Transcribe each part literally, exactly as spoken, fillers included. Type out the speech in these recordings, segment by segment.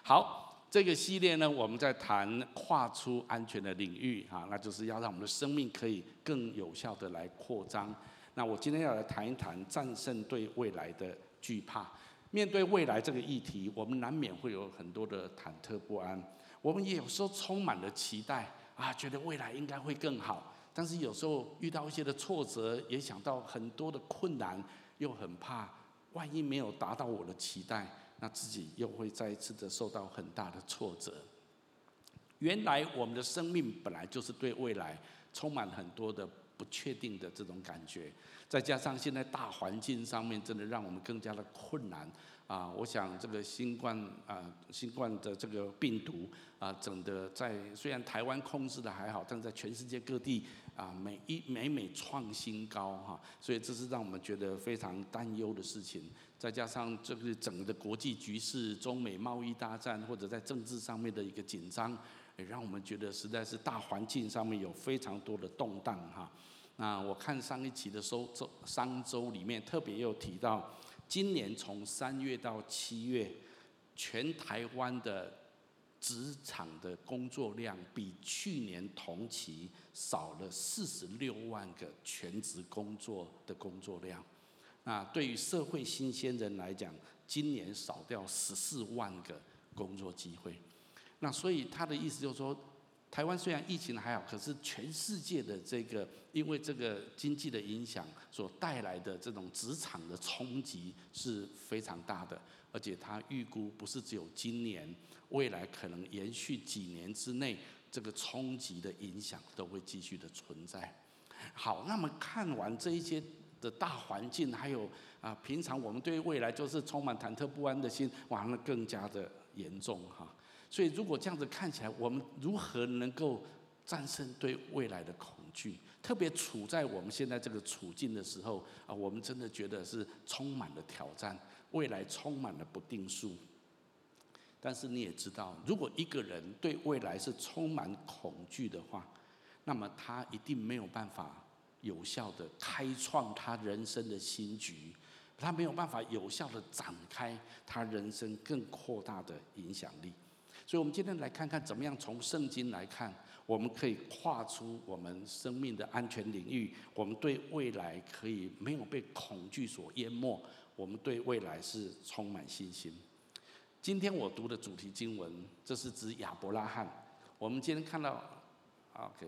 好，这个系列呢，我们在谈跨出安全的领域啊，那就是要让我们的生命可以更有效的来扩张。那我今天要来谈一谈战胜对未来的惧怕。面对未来这个议题，我们难免会有很多的忐忑不安，我们也有时候充满了期待啊，觉得未来应该会更好。但是有时候遇到一些的挫折，也想到很多的困难，又很怕万一没有达到我的期待，那自己又会再一次的受到很大的挫折。原来我们的生命本来就是对未来充满很多的不确定的这种感觉，再加上现在大环境上面真的让我们更加的困难啊！我想这个新冠啊，新冠的这个病毒啊，整的在虽然台湾控制的还好，但在全世界各地啊，每一每每创新高哈，所以这是让我们觉得非常担忧的事情。再加上这个整个的国际局势，中美贸易大战或者在政治上面的一个紧张，也让我们觉得实在是大环境上面有非常多的动荡哈。那我看上一期的周周商周里面特别有提到，今年从三月到七月，全台湾的职场的工作量比去年同期少了四十六万个全职工作的工作量。那对于社会新鲜人来讲，今年少掉十四万个工作机会。那所以他的意思就是说，台湾虽然疫情还好，可是全世界的这个因为这个经济的影响所带来的这种职场的冲击是非常大的，而且他预估不是只有今年，未来可能延续几年之内，这个冲击的影响都会继续的存在。好，那么看完这一些的大环境，还有啊，平常我们对未来就是充满忐忑不安的心，哇，那更加的严重哈。所以如果这样子看起来，我们如何能够战胜对未来的恐惧？特别处在我们现在这个处境的时候啊，我们真的觉得是充满了挑战，未来充满了不定数。但是你也知道，如果一个人对未来是充满恐惧的话，那么他一定没有办法有效的开创他人生的新局，他没有办法有效的展开他人生更扩大的影响力。所以我们今天来看看怎么样从圣经来看，我们可以跨出我们生命的安全领域，我们对未来可以没有被恐惧所淹没，我们对未来是充满信心。今天我读的主题经文，这是指亚伯拉罕。我们今天看到 OK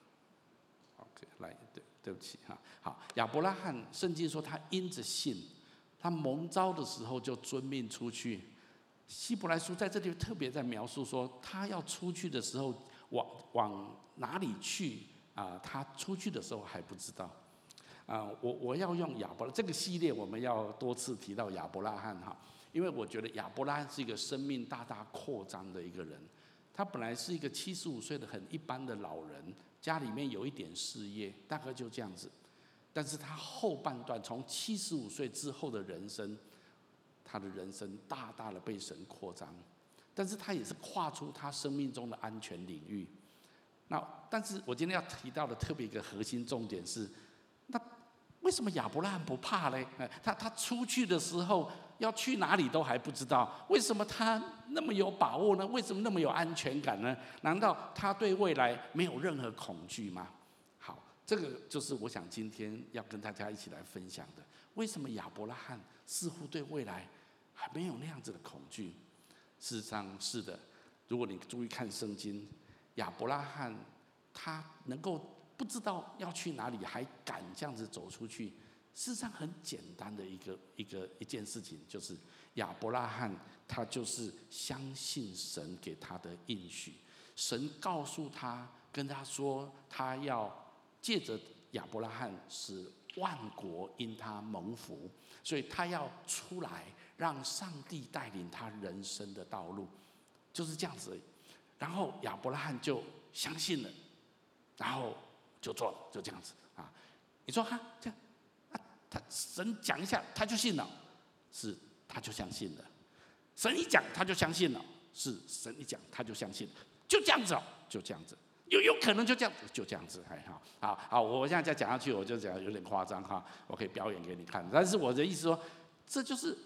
OK 来，对对不起哈，好，亚伯拉罕圣经说他因着信，他蒙召的时候就遵命出去。希伯来书在这里特别在描述说，他要出去的时候往往哪里去啊？他出去的时候还不知道啊。我我要用亚伯拉这个系列，我们要多次提到亚伯拉罕哈，因为我觉得亚伯拉罕是一个生命大大扩张的一个人。他本来是一个七十五岁的很一般的老人，家里面有一点事业，大概就这样子。但是他后半段从七十五岁之后的人生，他的人生大大的被神扩张，但是他也是跨出他生命中的安全领域。那但是我今天要提到的特别一个核心重点是，那为什么亚伯拉罕不怕呢？他他出去的时候要去哪里都还不知道，为什么他那么有把握呢？为什么那么有安全感呢？难道他对未来没有任何恐惧吗？好，这个就是我想今天要跟大家一起来分享的。为什么亚伯拉罕似乎对未来还没有那样子的恐惧？事实上是的，如果你注意看圣经，亚伯拉罕他能够不知道要去哪里，还敢这样子走出去，事实上很简单的一个一个一件事情，就是亚伯拉罕他就是相信神给他的应许。神告诉他，跟他说，他要借着亚伯拉罕使万国因他蒙福，所以他要出来，让上帝带领他人生的道路，就是这样子而已。然后亚伯拉罕就相信了，然后就做了，就这样子啊。你说哈这样啊，他神讲一下他就信了，是他就相信了。神一讲他就相信了，是神一讲他就相信了，就这样子哦，就这样子。有有可能就这样，就这样子，还好，好好，我现在再讲下去，我就讲有点夸张哈，我可以表演给你看。但是我的意思说，这就是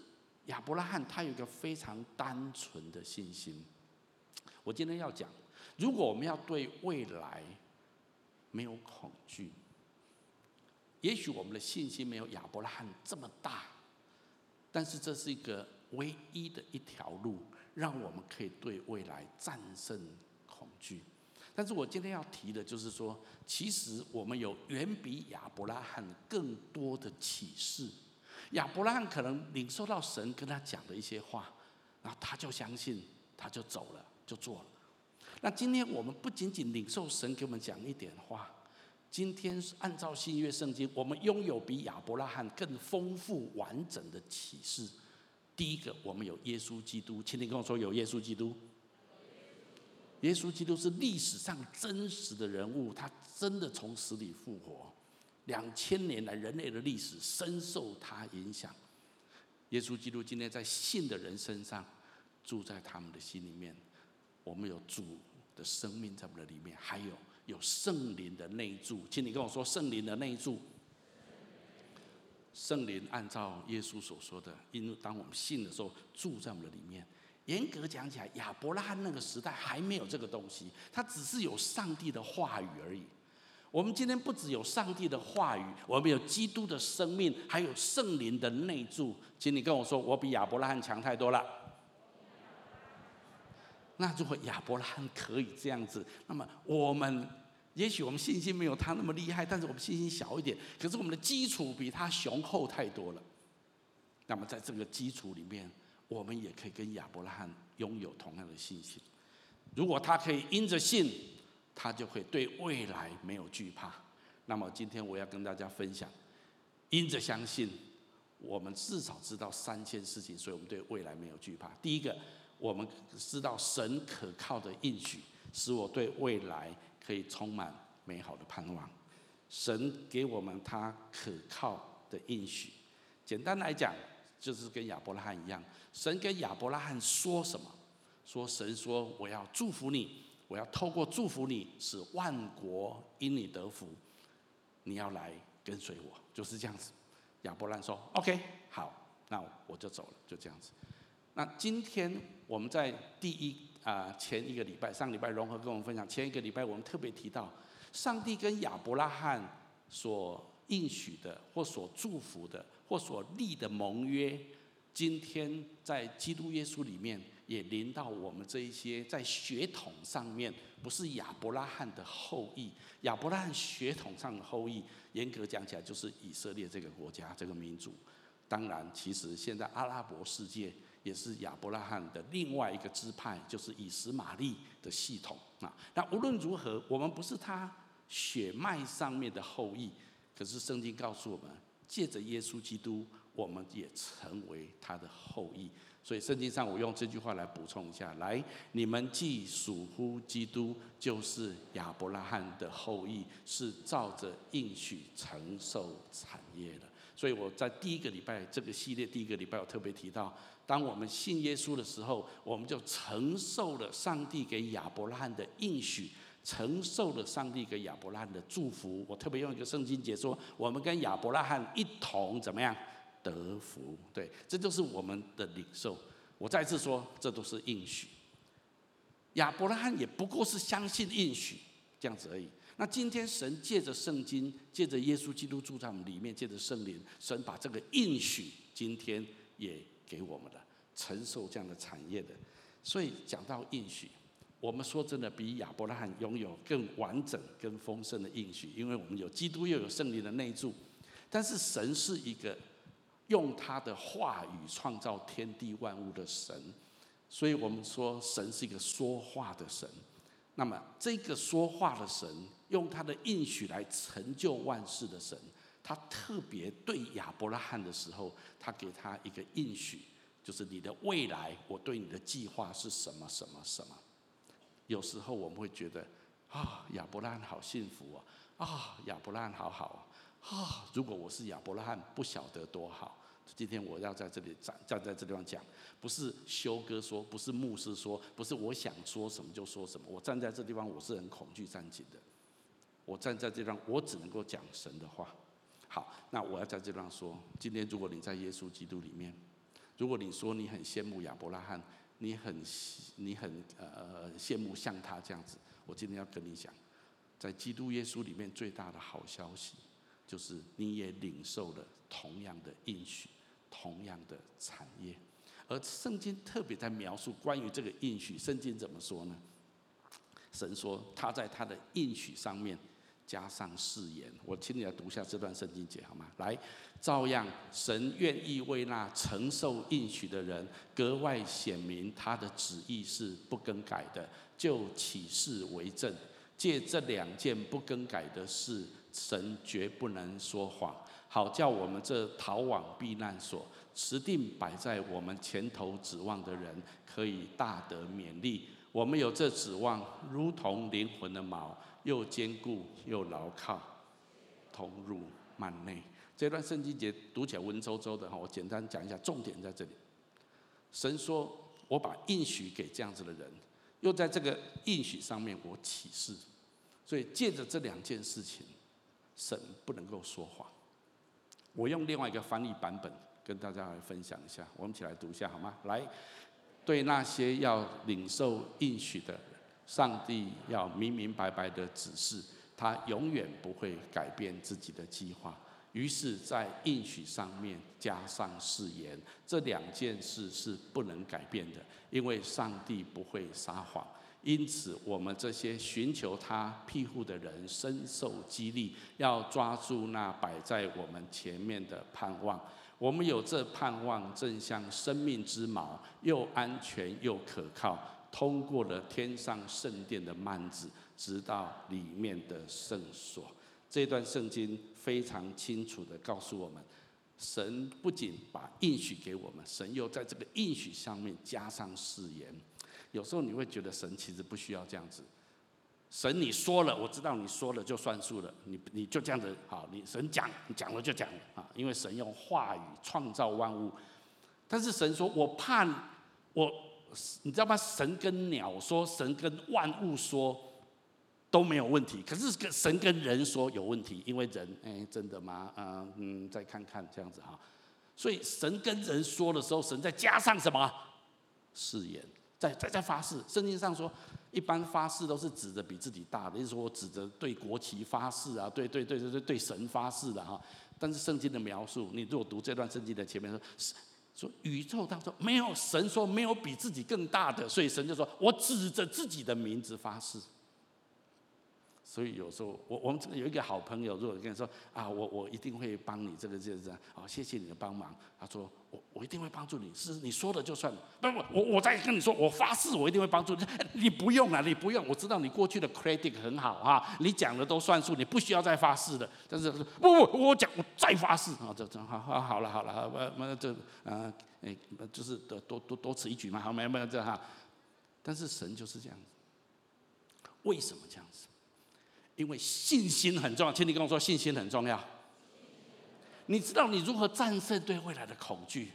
亚伯拉罕他有一个非常单纯的信心。我今天要讲，如果我们要对未来没有恐惧，也许我们的信心没有亚伯拉罕这么大，但是这是一个唯一的一条路，让我们可以对未来战胜恐惧。但是我今天要提的就是说，其实我们有远比亚伯拉罕更多的启示。亚伯拉罕可能领受到神跟他讲的一些话，然后他就相信，他就走了，就做了。那今天我们不仅仅领受神给我们讲一点话，今天按照新约圣经，我们拥有比亚伯拉罕更丰富完整的启示。第一个，我们有耶稣基督，请你跟我说有耶稣基督。耶稣基督是历史上真实的人物，他真的从死里复活，两千年来人类的历史深受他影响。耶稣基督今天在信的人身上住在他们的心里面，我们有主的生命在我们的里面，还有有圣灵的内住。请你跟我说圣灵的内住。圣灵按照耶稣所说的，因为当我们信的时候住在我们的里面。严格讲起来，亚伯拉罕那个时代还没有这个东西，他只是有上帝的话语而已。我们今天不只有上帝的话语，我们有基督的生命，还有圣灵的内住。请你跟我说，我比亚伯拉罕强太多了。那如果亚伯拉罕可以这样子，那么我们也许我们信心没有他那么厉害，但是我们信心小一点，可是我们的基础比他雄厚太多了。那么在这个基础里面，我们也可以跟亚伯拉罕拥有同样的信心。如果他可以因着信，他就会对未来没有惧怕。那么今天我要跟大家分享，因着相信，我们至少知道三件事情，所以我们对未来没有惧怕。第一个，我们知道神可靠的应许，使我对未来可以充满美好的盼望。神给我们他可靠的应许，简单来讲，就是跟亚伯拉罕一样。神跟亚伯拉罕说什么？说神说我要祝福你，我要透过祝福你，使万国因你得福。你要来跟随我，就是这样子。亚伯拉罕说 ：“OK， 好，那我就走了。”就这样子。那今天我们在第一啊、呃、前一个礼拜，上礼拜融合跟我们分享，前一个礼拜我们特别提到，上帝跟亚伯拉罕所应许的，或所祝福的，或所立的盟约。今天在基督耶稣里面也临到我们这一些在血统上面不是亚伯拉罕的后裔，亚伯拉罕血统上的后裔，严格讲起来就是以色列这个国家这个民族。当然其实现在阿拉伯世界也是亚伯拉罕的另外一个支派，就是以实玛利的系统啊。那无论如何，我们不是他血脉上面的后裔，可是圣经告诉我们，借着耶稣基督，我们也成为他的后裔。所以圣经上我用这句话来补充一下：来，你们既属乎基督，就是亚伯拉罕的后裔，是照着应许承受产业的。所以我在第一个礼拜这个系列第一个礼拜，我特别提到，当我们信耶稣的时候，我们就承受了上帝给亚伯拉罕的应许，承受了上帝给亚伯拉罕的祝福。我特别用一个圣经解说，我们跟亚伯拉罕一同怎么样得福？对，这就是我们的领受。我再次说，这都是应许。亚伯拉罕也不过是相信应许这样子而已。那今天神借着圣经，借着耶稣基督住在我们里面，借着圣灵，神把这个应许今天也给我们了，承受这样的产业的。所以讲到应许，我们说真的比亚伯拉罕拥有更完整、更丰盛的应许，因为我们有基督又有圣灵的内住。但是神是一个用他的话语创造天地万物的神，所以我们说神是一个说话的神。那么这个说话的神，用他的应许来成就万事的神，他特别对亚伯拉罕的时候，他给他一个应许，就是你的未来，我对你的计划是什么什么什么。有时候我们会觉得啊，亚伯拉罕好幸福啊，啊，亚伯拉罕好好啊，啊，如果我是亚伯拉罕，不晓得多好。今天我要在这里站站在这地方讲，不是修哥说，不是牧师说，不是我想说什么就说什么。我站在这地方，我是很恐惧战兢的。我站在这地方，我只能够讲神的话。好，那我要在这地方说，今天如果你在耶稣基督里面， 如果你说你很羡慕亚伯拉罕，你很你很呃羡慕像他这样子，我今天要跟你讲，在基督耶稣里面最大的好消息，就是你也领受了同样的应许，同样的产业。而圣经特别在描述关于这个应许，圣经怎么说呢？神说他在他的应许上面加上誓言。我请你来读一下这段圣经节好吗？来，照样神愿意为那承受应许的人格外显明他的旨意是不更改的，就起誓为证。借这两件不更改的事，神绝不能说谎，好叫我们这逃往避难所，持定摆在我们前头指望的人，可以大得勉励。我们有这指望，如同灵魂的锚，又坚固又牢靠，同入幔内。这段圣经节读起来文绉绉的，我简单讲一下，重点在这里。神说：“我把应许给这样子的人，又在这个应许上面我起誓。”所以借着这两件事情，神不能够说谎。我用另外一个翻译版本跟大家来分享一下，我们一起来读一下好吗？来。对那些要领受应许的人，上帝要明明白白的指示，他永远不会改变自己的计划。于是，在应许上面加上誓言，这两件事是不能改变的，因为上帝不会撒谎。因此，我们这些寻求他庇护的人，深受激励，要抓住那摆在我们前面的盼望。我们有这盼望，正像生命之锚，又安全又可靠，通过了天上圣殿的幔子，直到里面的圣所。这段圣经非常清楚地告诉我们，神不仅把应许给我们，神又在这个应许上面加上誓言。有时候你会觉得神其实不需要这样子，神你说了，我知道你说了就算数了，你你就这样子好，你神讲，你讲了就讲了啊，因为神用话语创造万物。但是神说，我怕我，你知道吗？神跟鸟说，神跟万物说都没有问题，可是神跟人说有问题，因为人，哎，真的吗？嗯嗯，再看看这样子哈。所以神跟人说的时候，神再加上什么誓言？在在在发誓，圣经上说，一般发誓都是指着比自己大的，就是说我指着对国旗发誓啊，对对对对对对神发誓的哈。但是圣经的描述，你如果读这段圣经的前面说，说宇宙当中没有神说没有比自己更大的，所以神就说我指着自己的名字发誓。所以有时候我我们有一个好朋友，如果跟你说啊，我我一定会帮你这个这个啊，谢谢你的帮忙。他说我我一定会帮助你，是你说的就算了。不不，我我再跟你说，我发誓我一定会帮助你。你不用了，你不用，我知道你过去的 credit 很好啊，你讲的都算数，你不需要再发誓的。但是不不，我讲我再发誓啊，这这好好好了好了，那这啊哎就是多多多多此一举嘛，好没有没有这哈。但是神就是这样子，为什么这样子？因为信心很重要，请你跟我说，信心很重要。你知道你如何战胜对未来的恐惧？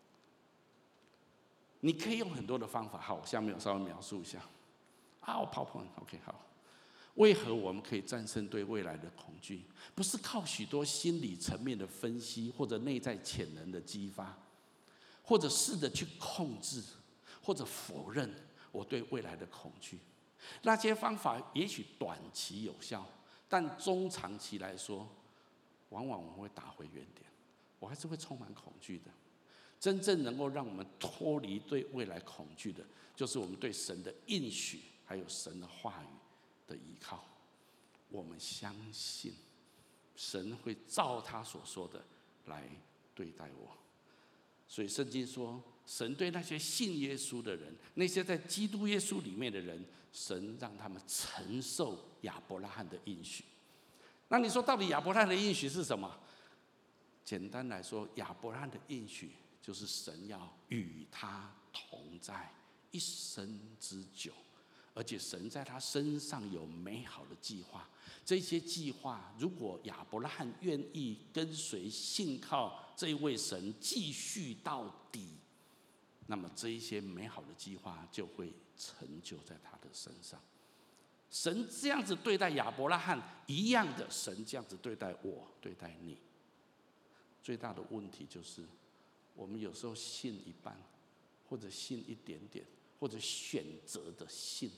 你可以用很多的方法。好，我下面我稍微描述一下。啊，我 PowerPoint，OK， 好。为何我们可以战胜对未来的恐惧？不是靠许多心理层面的分析，或者内在潜能的激发，或者试着去控制，或者否认我对未来的恐惧。那些方法也许短期有效，但中长期来说，往往我们会打回原点，我还是会充满恐惧的。真正能够让我们脱离对未来恐惧的，就是我们对神的应许，还有神的话语的依靠。我们相信神会照他所说的来对待我。所以圣经说，神对那些信耶稣的人，那些在基督耶稣里面的人，神让他们承受亚伯拉罕的应许。那你说到底亚伯拉罕的应许是什么？简单来说，亚伯拉罕的应许就是神要与他同在一生之久，而且神在他身上有美好的计划。这些计划，如果亚伯拉罕愿意跟随信靠这一位神继续到底，那么这一些美好的计划就会成就在他的身上。神这样子对待亚伯拉罕，一样的，神这样子对待我，对待你。最大的问题就是， 我们有时候信一半，或者信一点点，或者选择的信。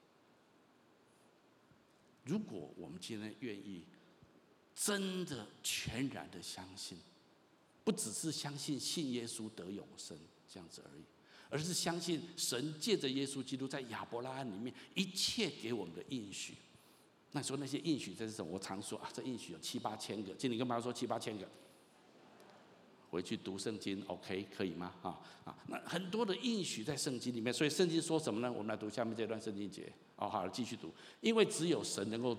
如果我们今天愿意真的全然的相信，不只是相信信耶稣得永生这样子而已，而是相信神借着耶稣基督在亚伯拉罕里面一切给我们的应许。那你说那些应许这是什么？我常说啊，这应许有七八千个。今天跟爸爸说七八千个，回去读圣经 ，OK 可以吗？啊啊，那很多的应许在圣经里面，所以圣经说什么呢？我们来读下面这段圣经节。哦，好了，继续读。因为只有神能够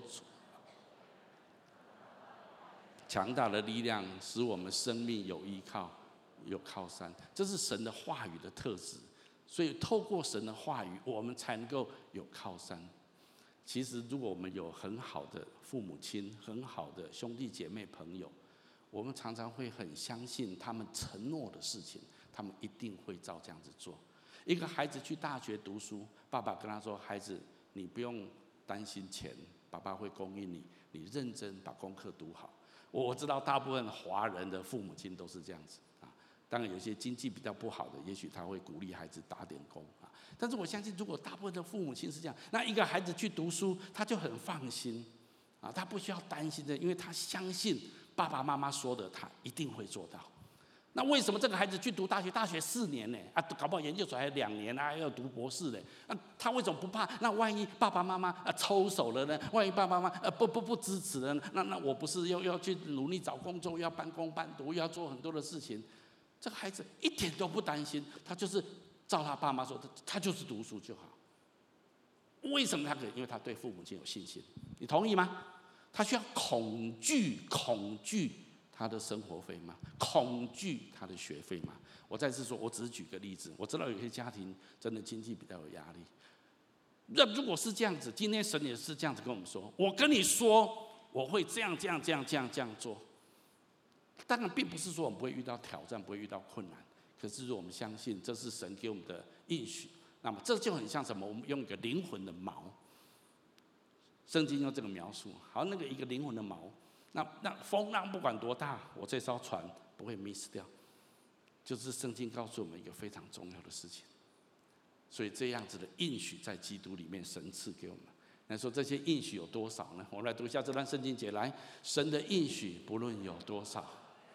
强大的力量，使我们生命有依靠、有靠山，这是神的话语的特质。所以透过神的话语，我们才能够有靠山。其实，如果我们有很好的父母亲、很好的兄弟姐妹朋友，我们常常会很相信他们承诺的事情，他们一定会照这样子做。一个孩子去大学读书，爸爸跟他说：“孩子，你不用担心钱，爸爸会供应你，你认真把功课读好。”我知道大部分华人的父母亲都是这样子啊，当然有些经济比较不好的，也许他会鼓励孩子打点工啊。但是我相信，如果大部分的父母亲是这样，那一个孩子去读书，他就很放心啊，他不需要担心的，因为他相信爸爸妈妈说的，他一定会做到。那为什么这个孩子去读大学？大学四年呢？啊，搞不好研究所还两年啊，要读博士呢。啊，他为什么不怕？那万一爸爸妈妈啊抽手了呢？万一爸爸妈妈呃不不不支持了呢？那那我不是又要去努力找工作，又要半工半读，又要做很多的事情？这个孩子一点都不担心，他就是照他爸妈说的，他就是读书就好。为什么他可以？因为他对父母亲有信心。你同意吗？他需要恐惧，恐惧。他的生活费吗？恐惧他的学费吗？我再次说，我只是举个例子。我知道有些家庭真的经济比较有压力。那如果是这样子，今天神也是这样子跟我们说：“我跟你说，我会这样、这样、这样、这样、这样做。”当然，并不是说我们不会遇到挑战，不会遇到困难。可是，如果我们相信这是神给我们的应许，那么这就很像什么？我们用一个灵魂的锚。圣经用这个描述，好，那个一个灵魂的锚。那那风浪不管多大，我这艘船不会 miss 掉，就是圣经告诉我们一个非常重要的事情。所以这样子的应许在基督里面神赐给我们。那说这些应许有多少呢？我们来读一下这段圣经节，来，神的应许不论有多少，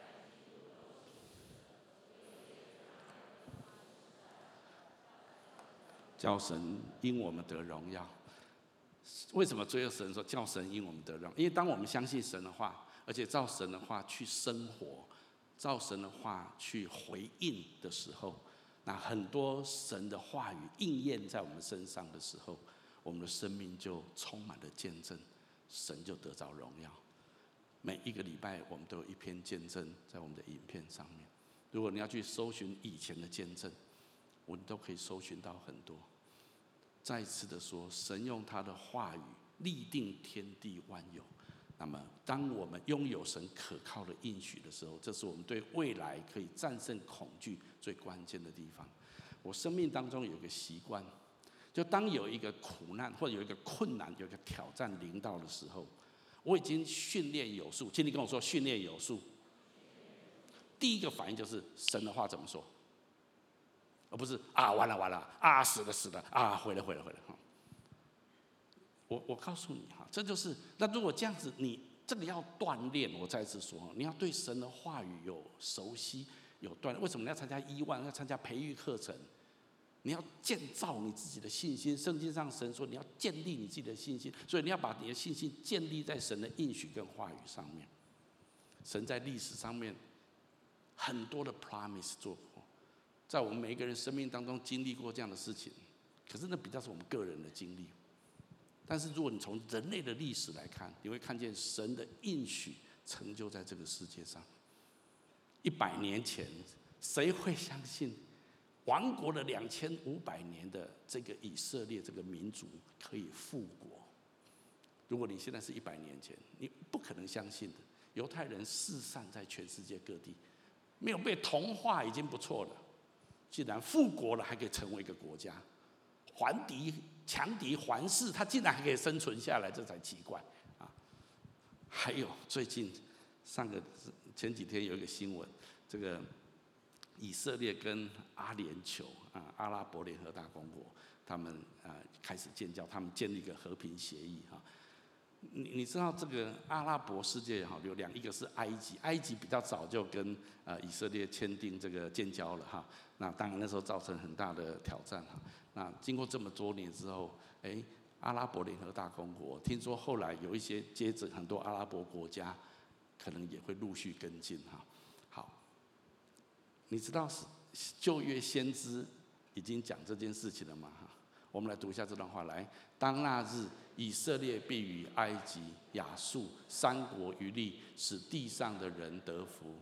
叫神因我们得荣耀。为什么最后神说叫神因我们得荣耀？因为当我们相信神的话，而且照神的话去生活，照神的话去回应的时候，那很多神的话语应验在我们身上的时候，我们的生命就充满了见证，神就得着荣耀。每一个礼拜我们都有一篇见证在我们的影片上面，如果你要去搜寻以前的见证，我们都可以搜寻到很多。再一次的说，神用他的话语立定天地万有。那么当我们拥有神可靠的应许的时候，这是我们对未来可以战胜恐惧最关键的地方。我生命当中有一个习惯，就当有一个苦难或者有一个困难、有一个挑战临到的时候，我已经训练有素。请你跟我说训练有素。第一个反应就是神的话怎么说，而不是啊完了完了啊死了死了啊毁了毁了毁了。我我告诉你哈，这就是那如果这样子，你这个要锻炼。我再次说，你要对神的话语有熟悉、有锻炼。为什么你要参加一万？要参加培育课程？你要建造你自己的信心。圣经上神说，你要建立你自己的信心，所以你要把你的信心建立在神的应许跟话语上面。神在历史上面很多的 promise 做过，在我们每一个人生命当中经历过这样的事情，可是那比较是我们个人的经历。但是如果你从人类的历史来看，你会看见神的应许成就在这个世界上。一百年前，谁会相信亡国了两千五百年的这个以色列这个民族可以复国？如果你现在是一百年前，你不可能相信的。犹太人四散在全世界各地，没有被同化已经不错了，既然复国了，还可以成为一个国家。还敌强敌环视，他竟然还可以生存下来，这才奇怪啊！还有最近上个前几天有一个新闻，这个以色列跟阿联酋啊，阿拉伯联合大公国，他们啊开始建交，他们建立一个和平协议哈。你你知道这个阿拉伯世界哈有两，一个是埃及，埃及比较早就跟呃以色列签订这个建交了哈。那当然那时候造成很大的挑战哈。那经过这么多年之后，哎，阿拉伯联合大公国，听说后来有一些接着很多阿拉伯国家，可能也会陆续跟进哈。好，你知道旧约先知已经讲这件事情了吗？我们来读一下这段话。来，当那日，以色列必与埃及、亚述三国余力，使地上的人得福。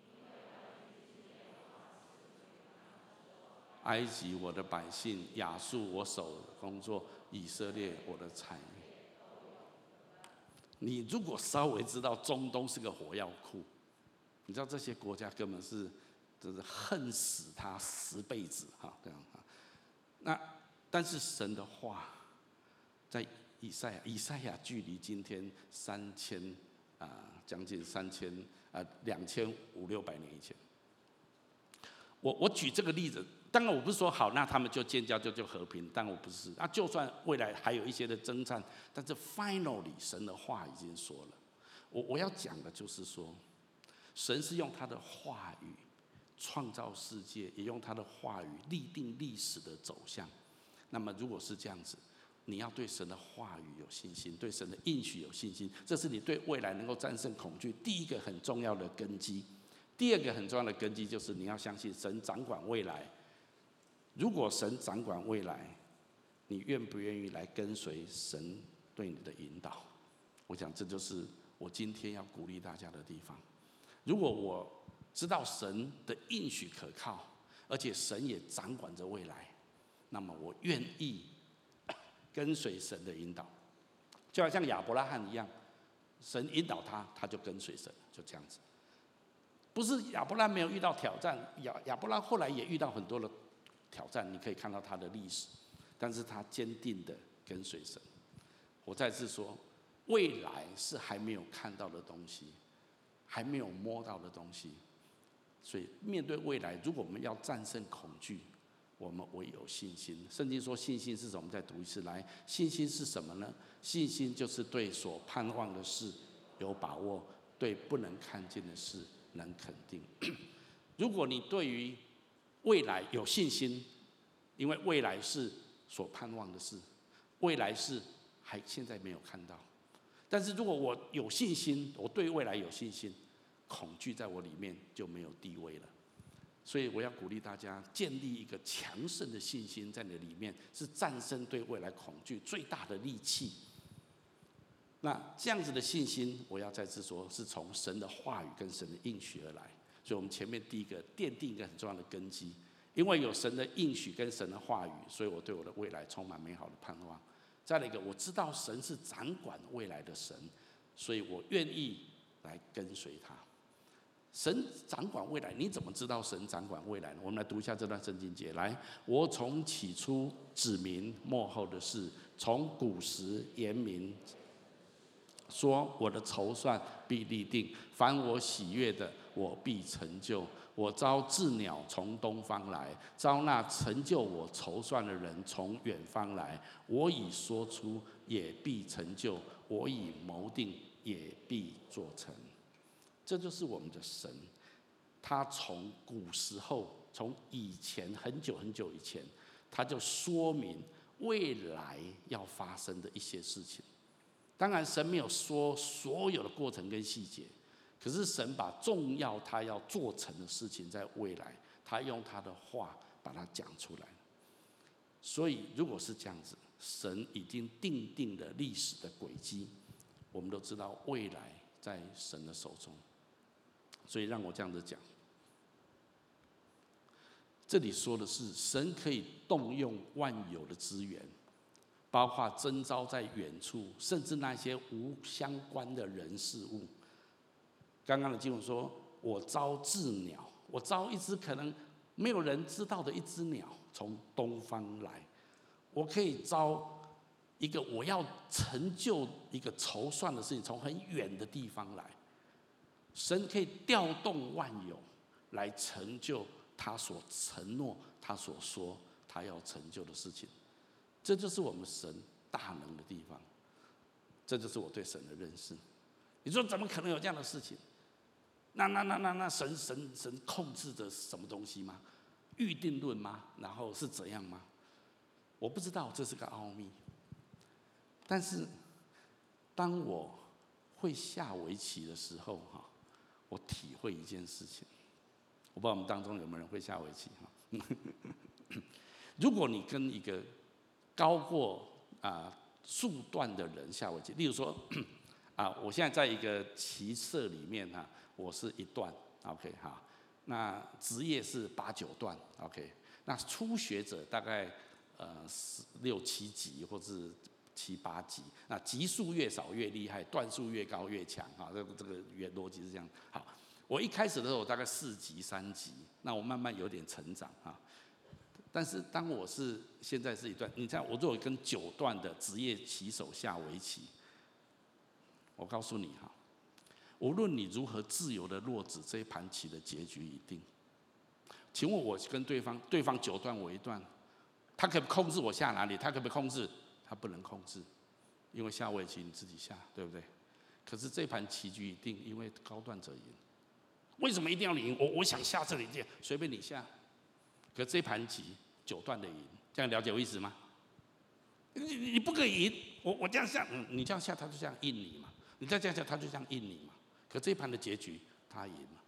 埃及我的百姓，亚述我手的工作，以色列我的产业。你如果稍微知道中东是个火药库，你知道这些国家根本是，就是恨死他十辈子哈，这样哈。那但是神的话，在以赛亚，以赛亚距离今天三千啊，将近三千啊，两千五六百年以前。我我举这个例子，当然我不是说好，那他们就建交就就和平，但我不是。那就算未来还有一些的征战，但是 finally 神的话已经说了。我我要讲的就是说，神是用他的话语创造世界，也用他的话语立定历史的走向。那么如果是这样子，你要对神的话语有信心，对神的应许有信心，这是你对未来能够战胜恐惧第一个很重要的根基。第二个很重要的根基就是你要相信神掌管未来。如果神掌管未来，你愿不愿意来跟随神对你的引导？我想这就是我今天要鼓励大家的地方。如果我知道神的应许可靠，而且神也掌管着未来，那么我愿意跟随神的引导。就好像亚伯拉罕一样，神引导他，他就跟随神，就这样子。不是亚伯拉罕没有遇到挑战，亚亚伯拉罕后来也遇到很多的挑战，你可以看到他的历史，但是他坚定的跟随神。我再次说，未来是还没有看到的东西，还没有摸到的东西，所以面对未来，如果我们要战胜恐惧，我们唯有信心。圣经说信心是什么？我们再读一次。来，信心是什么呢？信心就是对所盼望的事有把握，对不能看见的事能肯定。如果你对于未来有信心，因为未来是所盼望的事，未来是还现在没有看到。但是如果我有信心，我对未来有信心，恐惧在我里面就没有地位了。所以我要鼓励大家建立一个强盛的信心在你的里面，是战胜对未来恐惧最大的利器。那这样子的信心，我要再次说，是从神的话语跟神的应许而来。所以我们前面第一个奠定一个很重要的根基，因为有神的应许跟神的话语，所以我对我的未来充满美好的盼望。再来一个，我知道神是掌管未来的神，所以我愿意来跟随他。神掌管未来，你怎么知道神掌管未来呢？我们来读一下这段圣经节。来，我从起初指明末后的事，从古时言明，说我的筹算必立定，凡我喜悦的，我必成就。我招鸷鸟从东方来，招那成就我筹算的人从远方来。我已说出，也必成就；我已谋定，也必做成。这就是我们的神，他从古时候，从以前很久很久以前，他就说明未来要发生的一些事情。当然，神没有说所有的过程跟细节，可是神把重要他要做成的事情，在未来，他用他的话把它讲出来。所以，如果是这样子，神已经定定了历史的轨迹，我们都知道未来在神的手中。所以让我这样子讲，这里说的是神可以动用万有的资源，包括征召在远处，甚至那些无相关的人事物。刚刚的经文说，我招鸷鸟，我招一只可能没有人知道的一只鸟从东方来，我可以招一个我要成就一个筹算的事情，从很远的地方来。神可以调动万有来成就他所承诺、他所说他要成就的事情。这就是我们神大能的地方，这就是我对神的认识。你说怎么可能有这样的事情？那那那那那神神神控制着什么东西吗？预定论吗？然后是怎样吗？我不知道，这是个奥秘。但是当我会下围棋的时候，哈，我体会一件事情。我不知道我们当中有没有人会下围棋哈？如果你跟一个高过啊数段的人下围棋，例如说啊，我现在在一个棋社里面哈，我是一段 ，OK 哈，那职业是八九段 ，OK， 那初学者大概呃六七级或是七八级，那级数越少越厉害，段数越高越强啊，这个这个原逻辑是这样。好，我一开始的时候大概四级三级，那我慢慢有点成长啊。但是当我是现在是一段，你看我如果跟九段的职业棋手下围棋，我告诉你哈，无论你如何自由的落子，这一盘棋的结局一定。请问我跟对方，对方九段我一段，他可不可以控制我下哪里？他可不可以控制？他不能控制，因为下围棋你自己下，对不对？可是这盘棋局一定，因为高段者赢。为什么一定要你赢？我我想下这里，随便你下。可这盘棋九段的赢，这样了解我意思吗？你你不可以赢，我我这样下，嗯，你这样下他就这样应你嘛，你再这样下他就这样应你嘛。可这一盘的结局他赢了。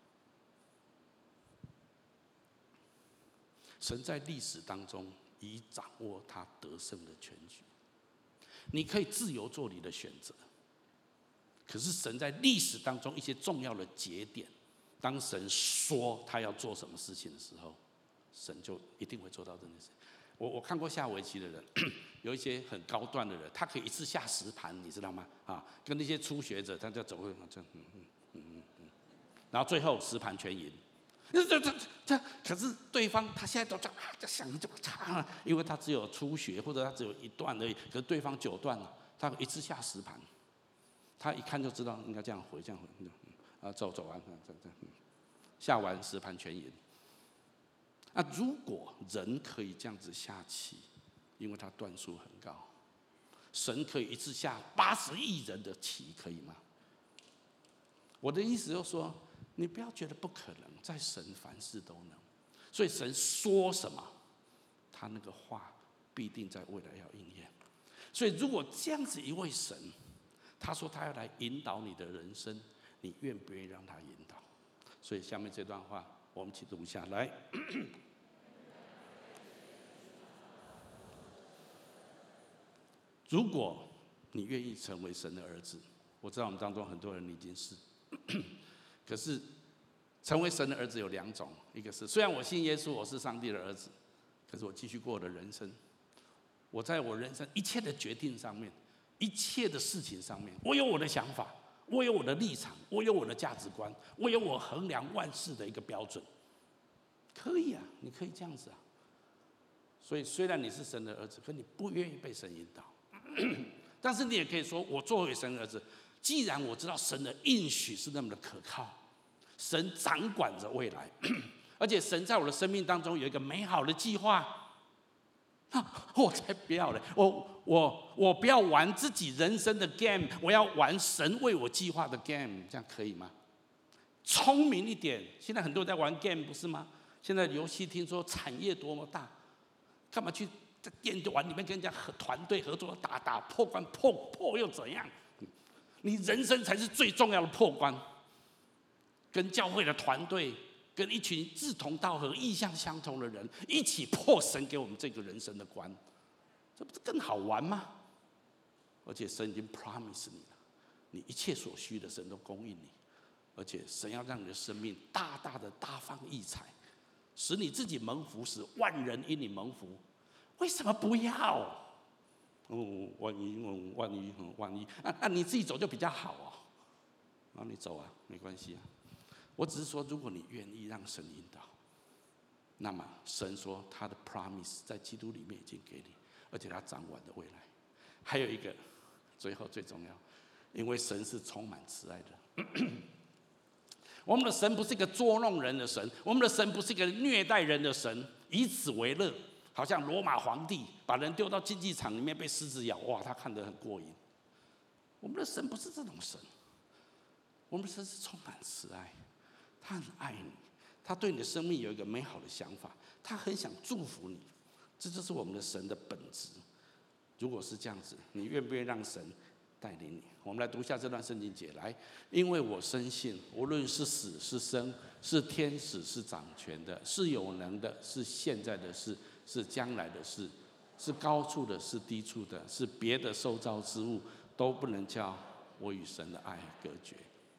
神在历史当中已掌握他得胜的全局，你可以自由做你的选择。可是神在历史当中一些重要的节点，当神说他要做什么事情的时候，神就一定会做到这件事。我我看过下围棋的人，有一些很高段的人，他可以一次下十盘，你知道吗？啊，跟那些初学者，他就走会这样，嗯嗯嗯嗯嗯，然后最后十盘全赢。这这这，可是对方他现在都这样在想这么差，因为他只有初学或者他只有一段而已，可是对方九段了，他一次下十盘，他一看就知道应该这样回，这样回，啊，走走完，这这下完十盘全赢。那如果人可以这样子下棋，因为他段数很高，神可以一次下八十亿人的棋，可以吗？我的意思就是说，你不要觉得不可能，在神凡事都能。所以神说什么，他那个话必定在未来要应验。所以如果这样子一位神，他说他要来引导你的人生，你愿不愿意让他引导？所以下面这段话我们一起读一下来。如果你愿意成为神的儿子，我知道我们当中很多人已经是，可是成为神的儿子有两种，一个是虽然我信耶稣，我是上帝的儿子，可是我继续过我的人生，我在我人生一切的决定上面，一切的事情上面，我有我的想法，我有我的立场，我有我的价值观，我有我衡量万事的一个标准。可以啊，你可以这样子啊。所以虽然你是神的儿子，可你不愿意被神引导。但是你也可以说，我作为神的儿子，既然我知道神的应许是那么的可靠，神掌管着未来，而且神在我的生命当中有一个美好的计划，我才不要嘞！我我我不要玩自己人生的 game， 我要玩神为我计划的 game， 这样可以吗？聪明一点，现在很多人在玩 game 不是吗？现在游戏听说产业多么大，干嘛去在电玩里面跟人家和团队合作打打破关，破破又怎样？你人生才是最重要的破关，跟教会的团队，跟一群志同道合、意向相同的人一起破神给我们这个人生的关，这不是更好玩吗？而且神已经 promise 你了，你一切所需的神都供应你，而且神要让你的生命大大的大放异彩，使你自己蒙福，使万人因你蒙福。为什么不要？哦，万一，哦，万一，哦，万一，啊啊，你自己走就比较好哦。然后你走啊，没关系啊。我只是说，如果你愿意让神引导，那么神说他的 promise 在基督里面已经给你，而且他掌管的未来。还有一个，最后最重要，因为神是充满慈爱的。 我们的神不是一个捉弄人的神，我们的神不是一个虐待人的神，以此为乐。好像罗马皇帝把人丢到竞技场里面被狮子咬，哇，他看得很过瘾。我们的神不是这种神，我们的神是充满慈爱，他很爱你，他对你的生命有一个美好的想法，他很想祝福你，这就是我们的神的本质。如果是这样子，你愿不愿意让神带领你？我们来读一下这段圣经节，来，因为我深信，无论是死是生，是天使是掌权的，是有能的，是现在的事，是将来的事，是高处的，是低处的，是别的受造之物，都不能叫我与神的爱隔绝。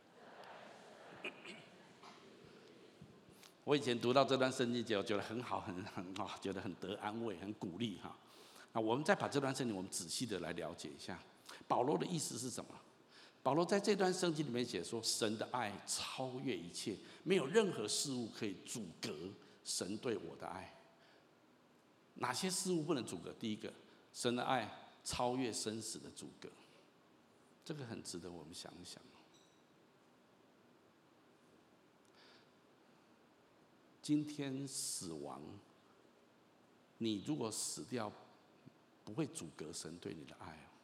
我以前读到这段圣经节，我觉得很好，很很好，觉得很得安慰，很鼓励哈。那我们再把这段圣经，我们仔细的来了解一下。保罗的意思是什么？保罗在这段圣经里面写说，神的爱超越一切，没有任何事物可以阻隔神对我的爱。哪些事物不能阻隔？第一个，神的爱超越生死的阻隔，这个很值得我们想一想。今天死亡，你如果死掉，不会阻隔神对你的爱哦。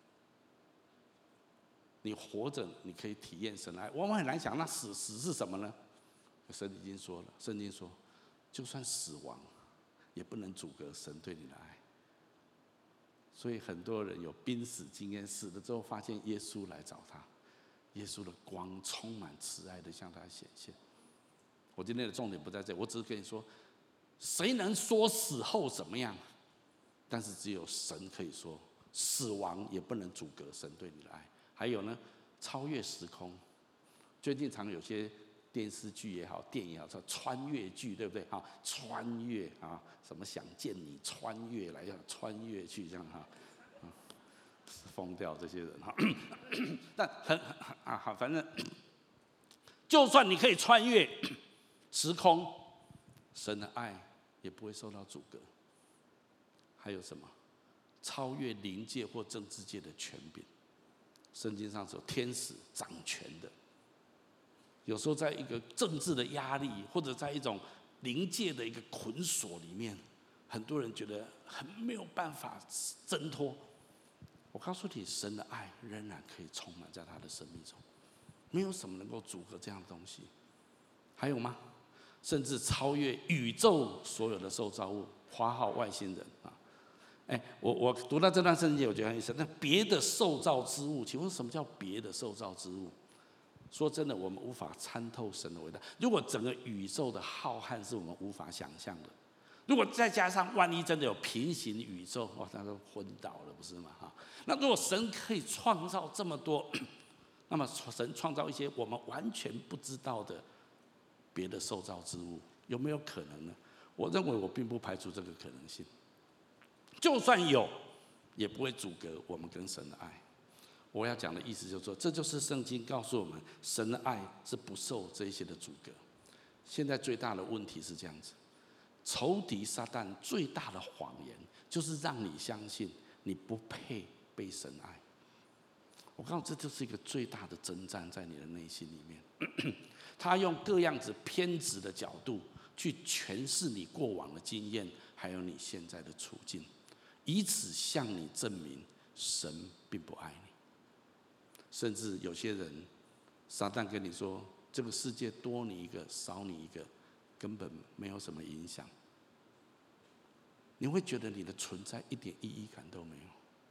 你活着，你可以体验神的爱。我们很难想，那死死是什么呢？神已经说了，圣经说，就算死亡，也不能阻隔神对你的爱。所以很多人有濒死经验，死了之后发现耶稣来找他，耶稣的光充满慈爱的向他显现。我今天的重点不在这里，我只是跟你说，谁能说死后怎么样？但是只有神可以说，死亡也不能阻隔神对你的爱。还有呢，超越时空。最近常有些电视剧也好，电影也好，说穿越剧，对不对？哈，穿越啊，什么想见你，穿越来要穿越去这样哈，疯掉这些人哈。但很啊好，反正就算你可以穿越时空，神的爱也不会受到阻隔。还有什么？超越灵界或政治界的权柄。圣经上是有天使掌权的。有时候在一个政治的压力，或者在一种灵界的一个捆锁里面，很多人觉得很没有办法挣脱。我告诉你，神的爱仍然可以充满在他的生命中，没有什么能够阻隔这样的东西。还有吗？甚至超越宇宙所有的受造物，花号外星人啊！哎，我我读到这段圣经，我觉得很有意思。那别的受造之物，请问什么叫别的受造之物？说真的，我们无法参透神的伟大。如果整个宇宙的浩瀚是我们无法想象的，如果再加上万一真的有平行宇宙，哇，那都昏倒了，不是吗？哈，那如果神可以创造这么多，那么神创造一些我们完全不知道的别的受造之物，有没有可能呢？我认为我并不排除这个可能性。就算有，也不会阻隔我们跟神的爱。我要讲的意思就是说，这就是圣经告诉我们，神的爱是不受这些的阻隔。现在最大的问题是这样子，仇敌撒旦最大的谎言就是让你相信你不配被神爱。我告诉你，这就是一个最大的征战在你的内心里面。他用各样子偏执的角度去诠释你过往的经验，还有你现在的处境，以此向你证明神并不爱你。甚至有些人，撒旦跟你说，这个世界多你一个少你一个，根本没有什么影响。你会觉得你的存在一点意义感都没有。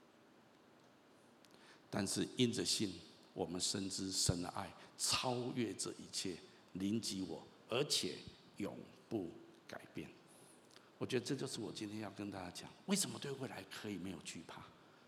但是因着信，我们深知神的爱超越这一切，临及我，而且永不改变。我觉得这就是我今天要跟大家讲，为什么对未来可以没有惧怕。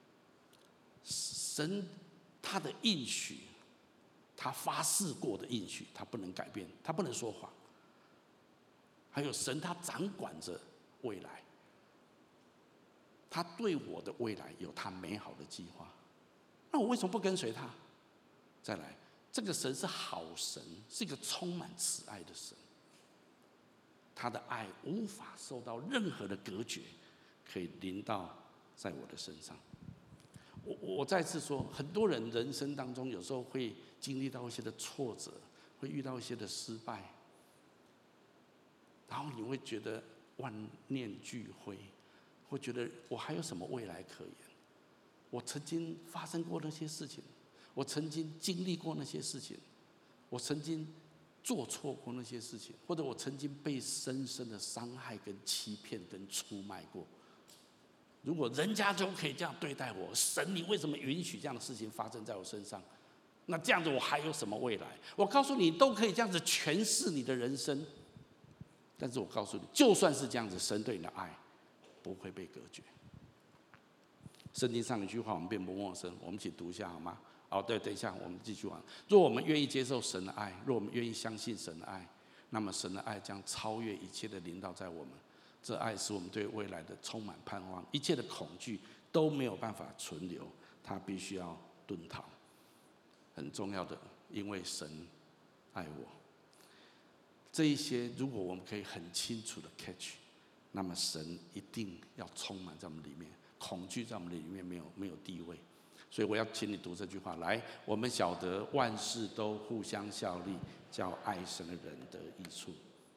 神他的应许，他发誓过的应许，他不能改变，他不能说谎。还有神他掌管着未来，他对我的未来有他美好的计划。那我为什么不跟随他？再来，这个神是好神，是一个充满慈爱的神。他的爱无法受到任何的隔绝，可以临到在我的身上。我我再次说，很多人人生当中有时候会经历到一些的挫折， 会遇到一些的失败，然后你会觉得万念俱灰，会觉得我还有什么未来可言？我曾经发生过那些事情，我曾经经历过那些事情，我曾经做错过那些事情，或者我曾经被深深的伤害、跟欺骗、跟出卖过。如果人家都可以这样对待我，神，你为什么允许这样的事情发生在我身上？那这样子我还有什么未来？我告诉你，都可以这样子诠释你的人生。但是我告诉你，就算是这样子，神对你的爱不会被隔绝。圣经上一句话我们并不陌生，我们一起读一下好吗？哦，对，等一下我们继续玩。若我们愿意接受神的爱，若我们愿意相信神的爱，那么神的爱将超越一切的临到在我们。这爱使我们对未来的充满盼望，一切的恐惧都没有办法存留，它必须要遁逃。很重要的，因为神爱我。这一些，如果我们可以很清楚的 catch， 那么神一定要充满在我们里面，恐惧在我们里面没有没有地位。所以我要请你读这句话来：我们晓得万事都互相效力，叫爱神的人得益处。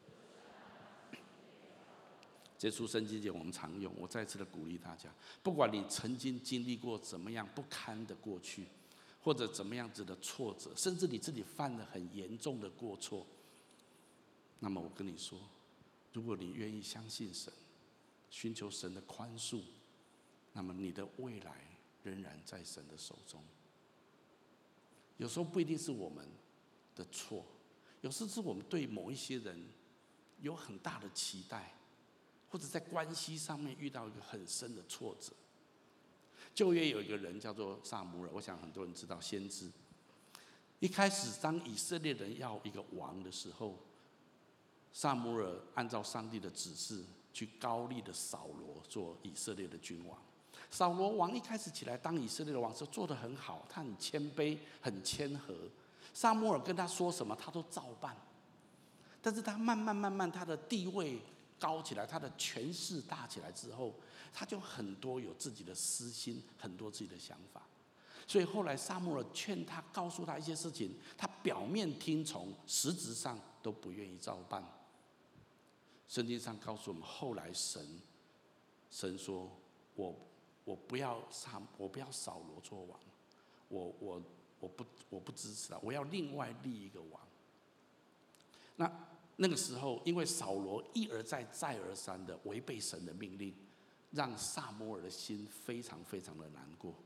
这处圣经节我们常用，我再次的鼓励大家，不管你曾经经历过怎么样不堪的过去，或者怎么样子的挫折，甚至你自己犯了很严重的过错，那么我跟你说，如果你愿意相信神，寻求神的宽恕，那么你的未来仍然在神的手中。有时候不一定是我们的错，有时是我们对某一些人有很大的期待，或者在关系上面遇到一个很深的挫折。旧约有一个人叫做撒母耳，我想很多人知道，先知。一开始当以色列人要一个王的时候，撒母耳按照上帝的指示去高立的扫罗做以色列的君王。扫罗王一开始起来当以色列的王时做得很好，他很谦卑，很谦和。撒母耳跟他说什么，他都照办。但是他慢慢慢慢，他的地位高起来，他的权势大起来之后，他就很多有自己的私心，很多自己的想法。所以后来撒母耳劝他，告诉他一些事情，他表面听从，实质上都不愿意照办。圣经上告诉我们，后来神神说：“我我不要撒，我不要扫罗做王，我我我不我不支持他，我要另外立一个王。”那那个时候，因为扫罗一而再、再而三的违背神的命令，让撒母耳的心非常非常的难过。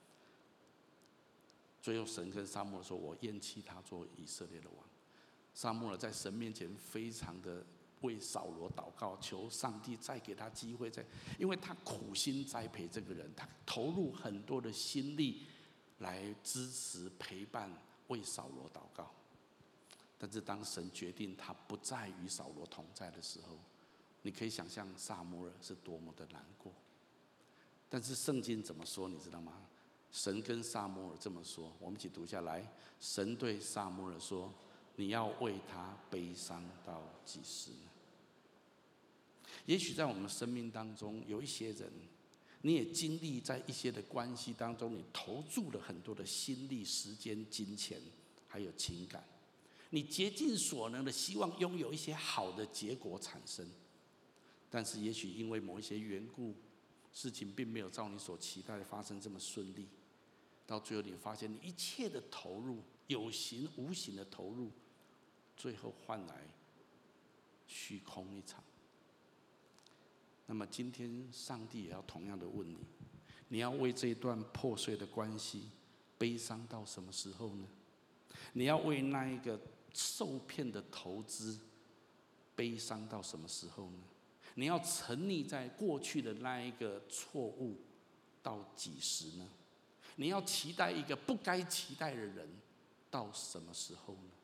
最后，神跟撒母耳说：“我厌弃他做以色列的王。”撒母耳在神面前非常的为扫罗祷告，求上帝再给他机会，再因为他苦心栽培这个人，他投入很多的心力来支持、陪伴、为扫罗祷告。但是当神决定他不再与扫罗同在的时候，你可以想象撒母耳是多么的难过。但是圣经怎么说，你知道吗？神跟撒母耳这么说，我们一起读下来。神对撒母耳说：“你要为他悲伤到几时呢？”也许在我们生命当中，有一些人，你也经历在一些的关系当中，你投注了很多的心力、时间、金钱，还有情感。你竭尽所能的希望拥有一些好的结果产生，但是也许因为某一些缘故，事情并没有照你所期待的发生这么顺利。到最后，你发现你一切的投入，有形无形的投入，最后换来虚空一场。那么今天，上帝也要同样的问你：你要为这一段破碎的关系悲伤到什么时候呢？你要为那一个受骗的投资悲伤到什么时候呢？你要沉溺在过去的那一个错误到几时呢？你要期待一个不该期待的人到什么时候呢？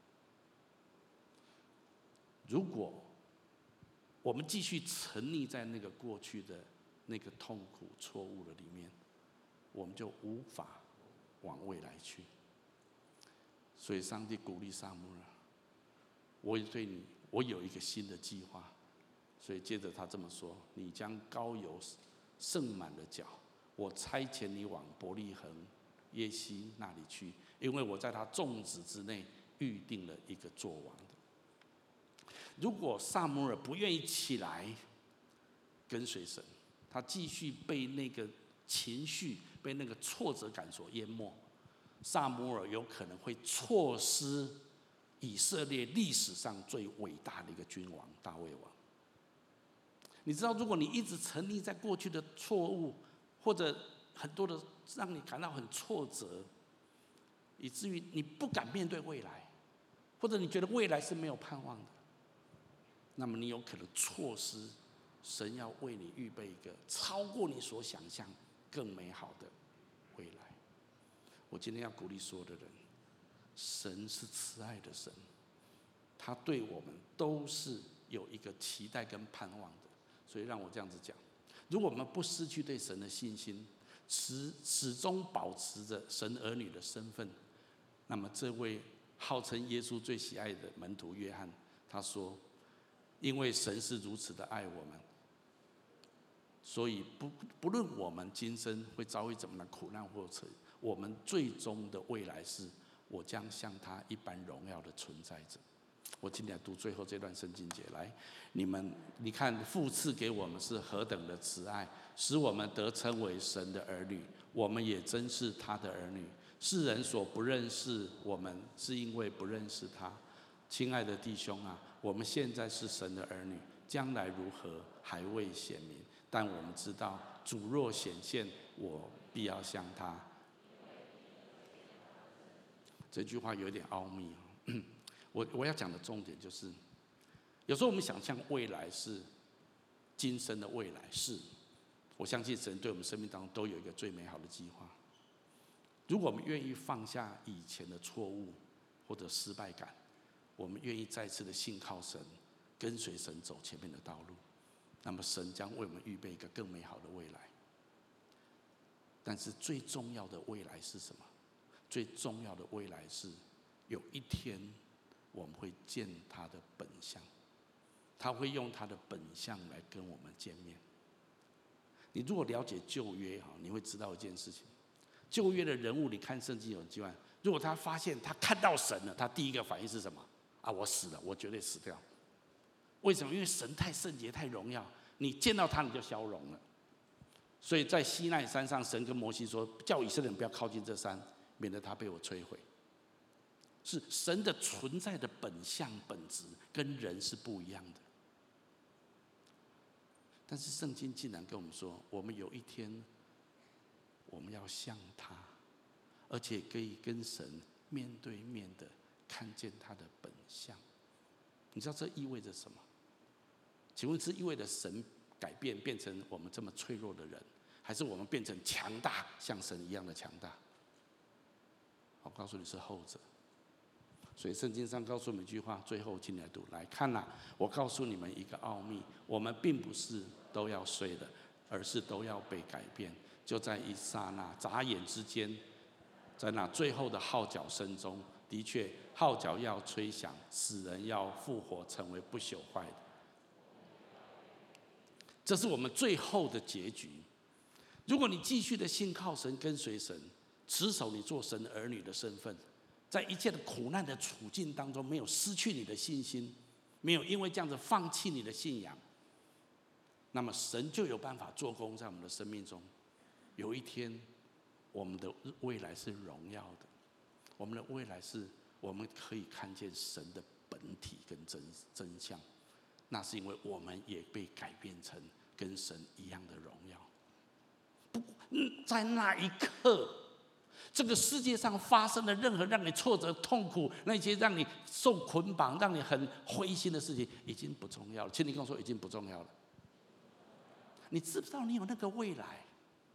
如果我们继续沉溺在那个过去的那个痛苦错误的里面，我们就无法往未来去。所以上帝鼓励撒母耳：我也对你，我有一个新的计划。所以接着他这么说：你将膏油盛满了脚，我差遣你往伯利恒耶西那里去，因为我在他众子之内预定了一个作王的。如果撒母耳不愿意起来跟随神，他继续被那个情绪、被那个挫折感所淹没，撒母耳有可能会错失以色列历史上最伟大的一个君王大卫王。你知道，如果你一直沉溺在过去的错误，或者很多的让你感到很挫折，以至于你不敢面对未来，或者你觉得未来是没有盼望的，那么你有可能错失神要为你预备一个超过你所想象更美好的未来。我今天要鼓励所有的人，神是慈爱的神，他对我们都是有一个期待跟盼望的。所以让我这样子讲，如果我们不失去对神的信心，始始终保持着神儿女的身份，那么这位号称耶稣最喜爱的门徒约翰，他说：因为神是如此的爱我们，所以不不论我们今生会遭遇怎么的苦难或者，我们最终的未来是，我将像他一般荣耀的存在着。我今天来读最后这段圣经节，来，你们你看，父赐给我们是何等的慈爱，使我们得称为神的儿女，我们也真是他的儿女。世人所不认识我们，是因为不认识他。亲爱的弟兄啊，我们现在是神的儿女，将来如何还未显明，但我们知道，主若显现，我必要像他。这句话有点奥秘。我我要讲的重点就是，有时候我们想象未来是今生的未来，是我相信神对我们生命当中都有一个最美好的计划。如果我们愿意放下以前的错误或者失败感，我们愿意再次的信靠神，跟随神走前面的道路，那么神将为我们预备一个更美好的未来。但是最重要的未来是什么？最重要的未来是，有一天我们会见他的本相，他会用他的本相来跟我们见面。你如果了解旧约，你会知道一件事情，旧约的人物，你看圣经有句话，如果他发现他看到神了，他第一个反应是什么？啊，我死了，我绝对死掉。为什么？因为神太圣洁、太荣耀，你见到他你就消融了。所以在西奈山上，神跟摩西说，叫以色列人不要靠近这山，免得他被我摧毁。是神的存在的本相本质跟人是不一样的。但是圣经竟然跟我们说，我们有一天我们要像他，而且可以跟神面对面的看见他的本相。你知道这意味着什么？请问是意味着神改变变成我们这么脆弱的人，还是我们变成强大像神一样的强大？我告诉你是后者。所以圣经上告诉我们一句话，最后请你来读，来看啊，我告诉你们一个奥秘，我们并不是都要睡的，而是都要被改变，就在一刹那眨眼之间，在那最后的号角声中，的确号角要吹响，死人要复活，成为不朽坏的。这是我们最后的结局。如果你继续的信靠神，跟随神，持守你做神儿女的身份，在一切的苦难的处境当中，没有失去你的信心，没有因为这样子放弃你的信仰，那么神就有办法做工在我们的生命中。有一天，我们的未来是荣耀的，我们的未来是我们可以看见神的本体跟 真, 真相。那是因为我们也被改变成跟神一样的荣耀。不，在那一刻，这个世界上发生的任何让你挫折、痛苦、那些让你受捆绑、让你很灰心的事情，已经不重要了。请你跟我说，已经不重要了。你知不知道你有那个未来？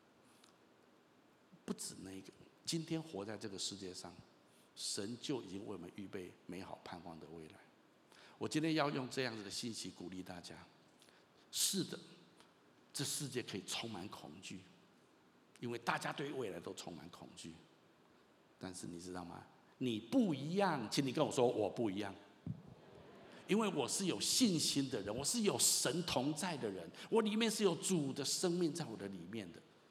不止那个，今天活在这个世界上，神就已经为我们预备美好盼望的未来。我今天要用这样子的信息鼓励大家。是的，这世界可以充满恐惧，因为大家对未来都充满恐惧。但是你知道吗？你不一样，请你跟我说，我不一样。因为我是有信心的人，我是有神同在的人，我里面是有主的生命在我的里面的。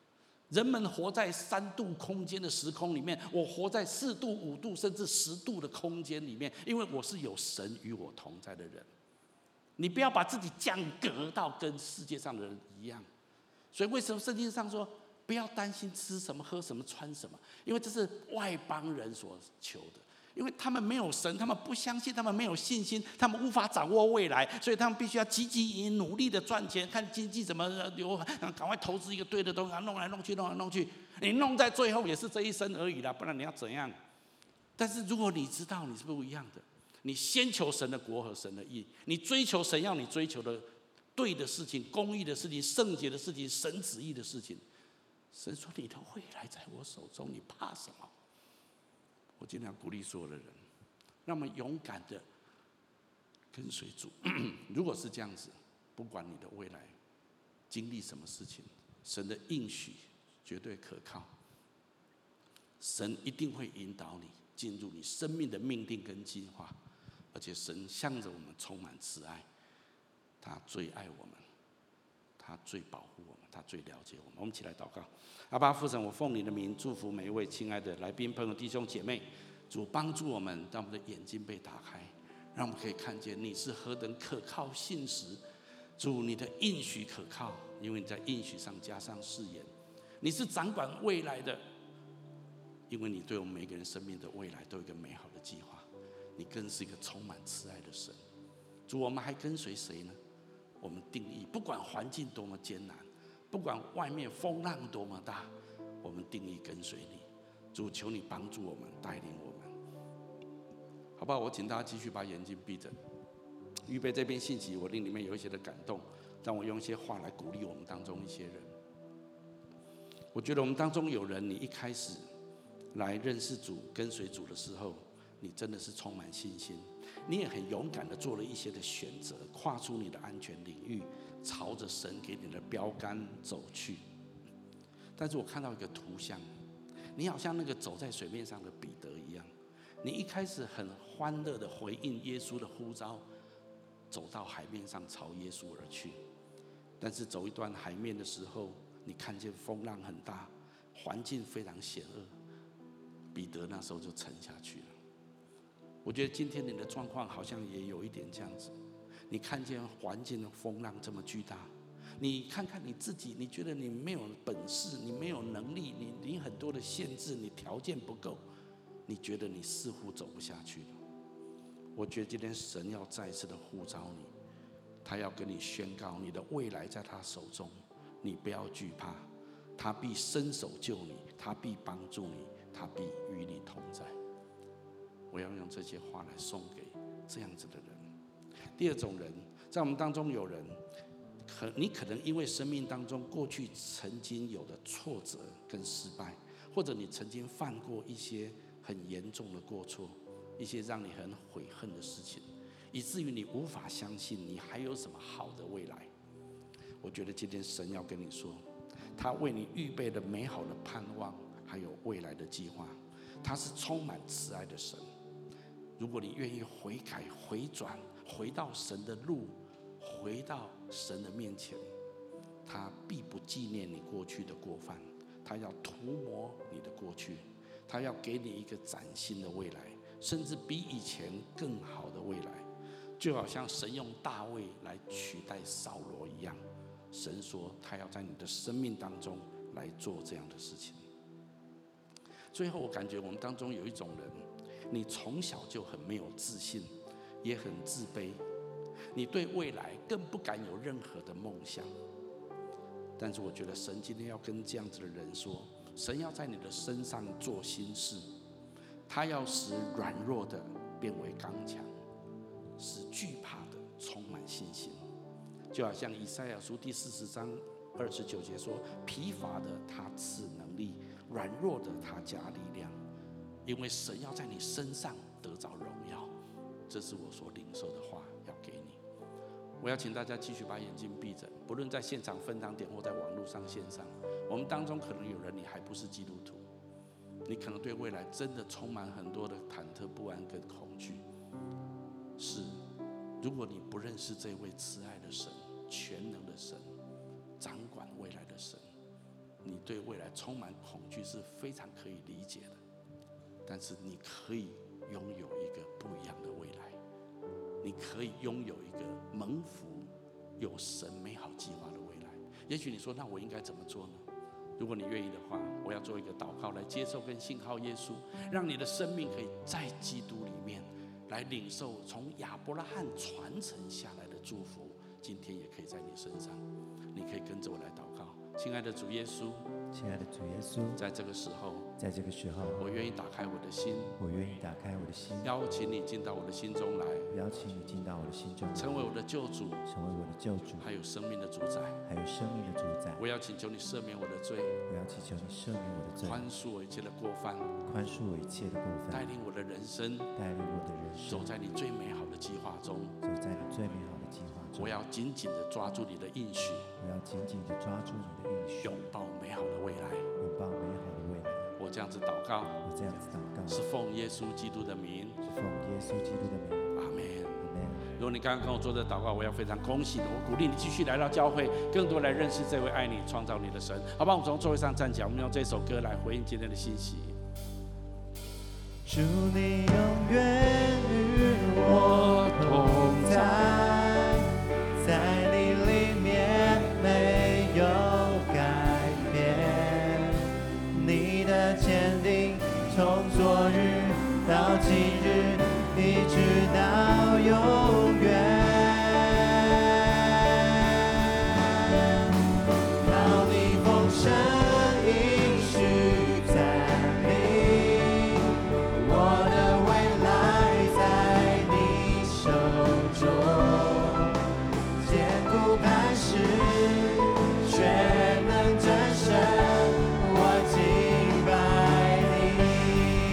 人们活在三度空间的时空里面，我活在四度、五度甚至十度的空间里面，因为我是有神与我同在的人。你不要把自己降格到跟世界上的人一样。所以为什么圣经上说不要担心吃什么、喝什么、穿什么？因为这是外邦人所求的。因为他们没有神，他们不相信，他们没有信心，他们无法掌握未来，所以他们必须要积极努力的赚钱，看经济怎么流，赶快投资一个对的东西，弄来弄去，弄来弄去，你弄在最后也是这一生而已啦，不然你要怎样？但是如果你知道你是不一样的，你先求神的国和神的义，你追求神要你追求的对的事情、公义的事情、圣洁的事情、神旨意的事情。神说你的未来在我手中，你怕什么？我今天要鼓励所有的人，让我们勇敢的跟随主。如果是这样子，不管你的未来经历什么事情，神的应许绝对可靠。神一定会引导你进入你生命的命定跟计划，而且神向着我们充满慈爱，他最爱我们，他最保护我们，他最了解我们。我们一起来祷告。阿爸父神，我奉你的名祝福每一位亲爱的来宾朋友、弟兄姐妹。主帮助我们，让我们的眼睛被打开，让我们可以看见你是何等可靠信实。主，你的应许可靠，因为你在应许上加上誓言。你是掌管未来的，因为你对我们每个人生命的未来都有一个美好的计划。你更是一个充满慈爱的神。主，我们还跟随谁呢？我们定义，不管环境多么艰难，不管外面风浪多么大，我们定义跟随你。主，求你帮助我们，带领我们，好不好？我请大家继续把眼睛闭着，预备这篇信息。我令里面有一些的感动，让我用一些话来鼓励我们当中一些人。我觉得我们当中有人，你一开始来认识主、跟随主的时候，你真的是充满信心，你也很勇敢的做了一些的选择，跨出你的安全领域，朝着神给你的标杆走去。但是我看到一个图像，你好像那个走在水面上的彼得一样，你一开始很欢乐的回应耶稣的呼召，走到海面上朝耶稣而去。但是走一段海面的时候，你看见风浪很大，环境非常险恶，彼得那时候就沉下去了。我觉得今天你的状况好像也有一点这样子，你看见环境的风浪这么巨大，你看看你自己，你觉得你没有本事，你没有能力，你你很多的限制，你条件不够，你觉得你似乎走不下去了。我觉得今天神要再次的呼召你，他要跟你宣告，你的未来在他手中，你不要惧怕，他必伸手救你，他必帮助你，他必与你同在。我要用这些话来送给这样子的人。第二种人，在我们当中有人，可你可能因为生命当中过去曾经有的挫折跟失败，或者你曾经犯过一些很严重的过错，一些让你很悔恨的事情，以至于你无法相信你还有什么好的未来。我觉得今天神要跟你说，他为你预备了美好的盼望，还有未来的计划。他是充满慈爱的神。如果你愿意悔改、回转，回到神的路，回到神的面前，他必不纪念你过去的过犯，他要涂抹你的过去，他要给你一个崭新的未来，甚至比以前更好的未来。就好像神用大卫来取代扫罗一样，神说他要在你的生命当中来做这样的事情。最后我感觉我们当中有一种人，你从小就很没有自信，也很自卑，你对未来更不敢有任何的梦想。但是我觉得神今天要跟这样子的人说，神要在你的身上做新事，他要使软弱的变为刚强，使惧怕的充满信心。就好像以赛亚书第四十章二十九节说，疲乏的他赐能力，软弱的他加力量，因为神要在你身上得着荣耀。这是我所领受的话，要给你。我要请大家继续把眼睛闭着，不论在现场分堂点或在网络上线上，我们当中可能有人你还不是基督徒，你可能对未来真的充满很多的忐忑不安跟恐惧。是，如果你不认识这位慈爱的神、全能的神、掌管未来的神， 你对未来充满恐惧是非常可以理解的，但是你可以拥有一个不一样的未来，你可以拥有一个蒙福、有神美好计划的未来。也许你说，那我应该怎么做呢？如果你愿意的话，我要做一个祷告来接受跟信靠耶稣，让你的生命可以在基督里面来领受从亚伯拉罕传承下来的祝福，今天也可以在你身上。你可以跟着我来祷告。亲爱的主耶稣， 亲爱的主耶稣， 在这个时候， 在这个时候， 我愿意打开我的心， 我愿意打开我的心， 邀请你进到我的心中来， 邀请你进到我的心中来， 成为我的救主， 成为我的救主， 还有生命的主宰， 还有生命的主宰。 我要请求你赦免我的罪， 我要祈求你赦免我的罪， 宽恕我一切的过犯， 宽恕我一切的过犯， 带领我的人生， 带领我的人生走在你最美好的计划中， 走在你最美好的计划中。 我要紧紧地抓住你的应许， 我要紧紧地抓住你的应许， 拥抱美好的未来， 拥抱美好的未来。 我这样子祷告， 我这样子祷告， 是奉耶稣基督的名， 是奉耶稣基督的名。 阿门。 阿门。 如果你刚刚跟我做这祷告，我要非常恭喜你，我鼓励你继续来到教会，更多来认识这位爱你、创造你的神。好吧，我们从座位上站起来，我们用这首歌来回应今天的信息。 祝你永远与我同在，在你里面没有改变，你的坚定从昨日到今日，一直到永远。靠你丰盛应许站立，我的未来在你手中，坚固磐石，全能战胜，我敬拜你。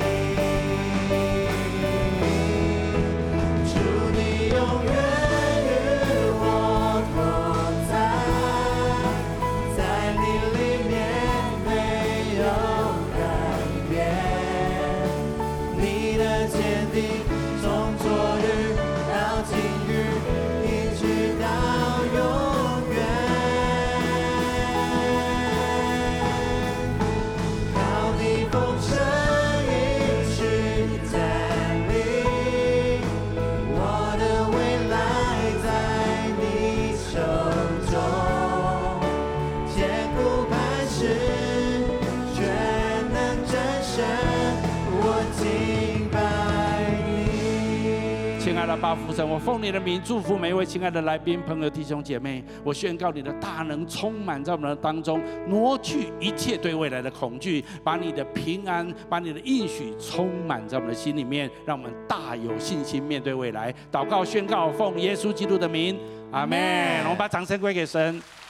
祝你永远与我同在，在你里面没有改变，你的坚定从昨日到今日，一直到永远。靠你丰盛应许站立，我的未来在你手中，坚固磐石，全能战胜，我敬拜你。 亲爱的爸父神，我奉你的名祝福每一位亲爱的来宾、朋友、弟兄姐妹。我宣告你的大能充满在我们的当中，挪去一切对未来的恐惧，把你的平安、把你的应许充满在我们的心里面，让我们大有信心面对未来。祷告宣告，奉耶稣基督的名，阿门。我们把掌声归给神。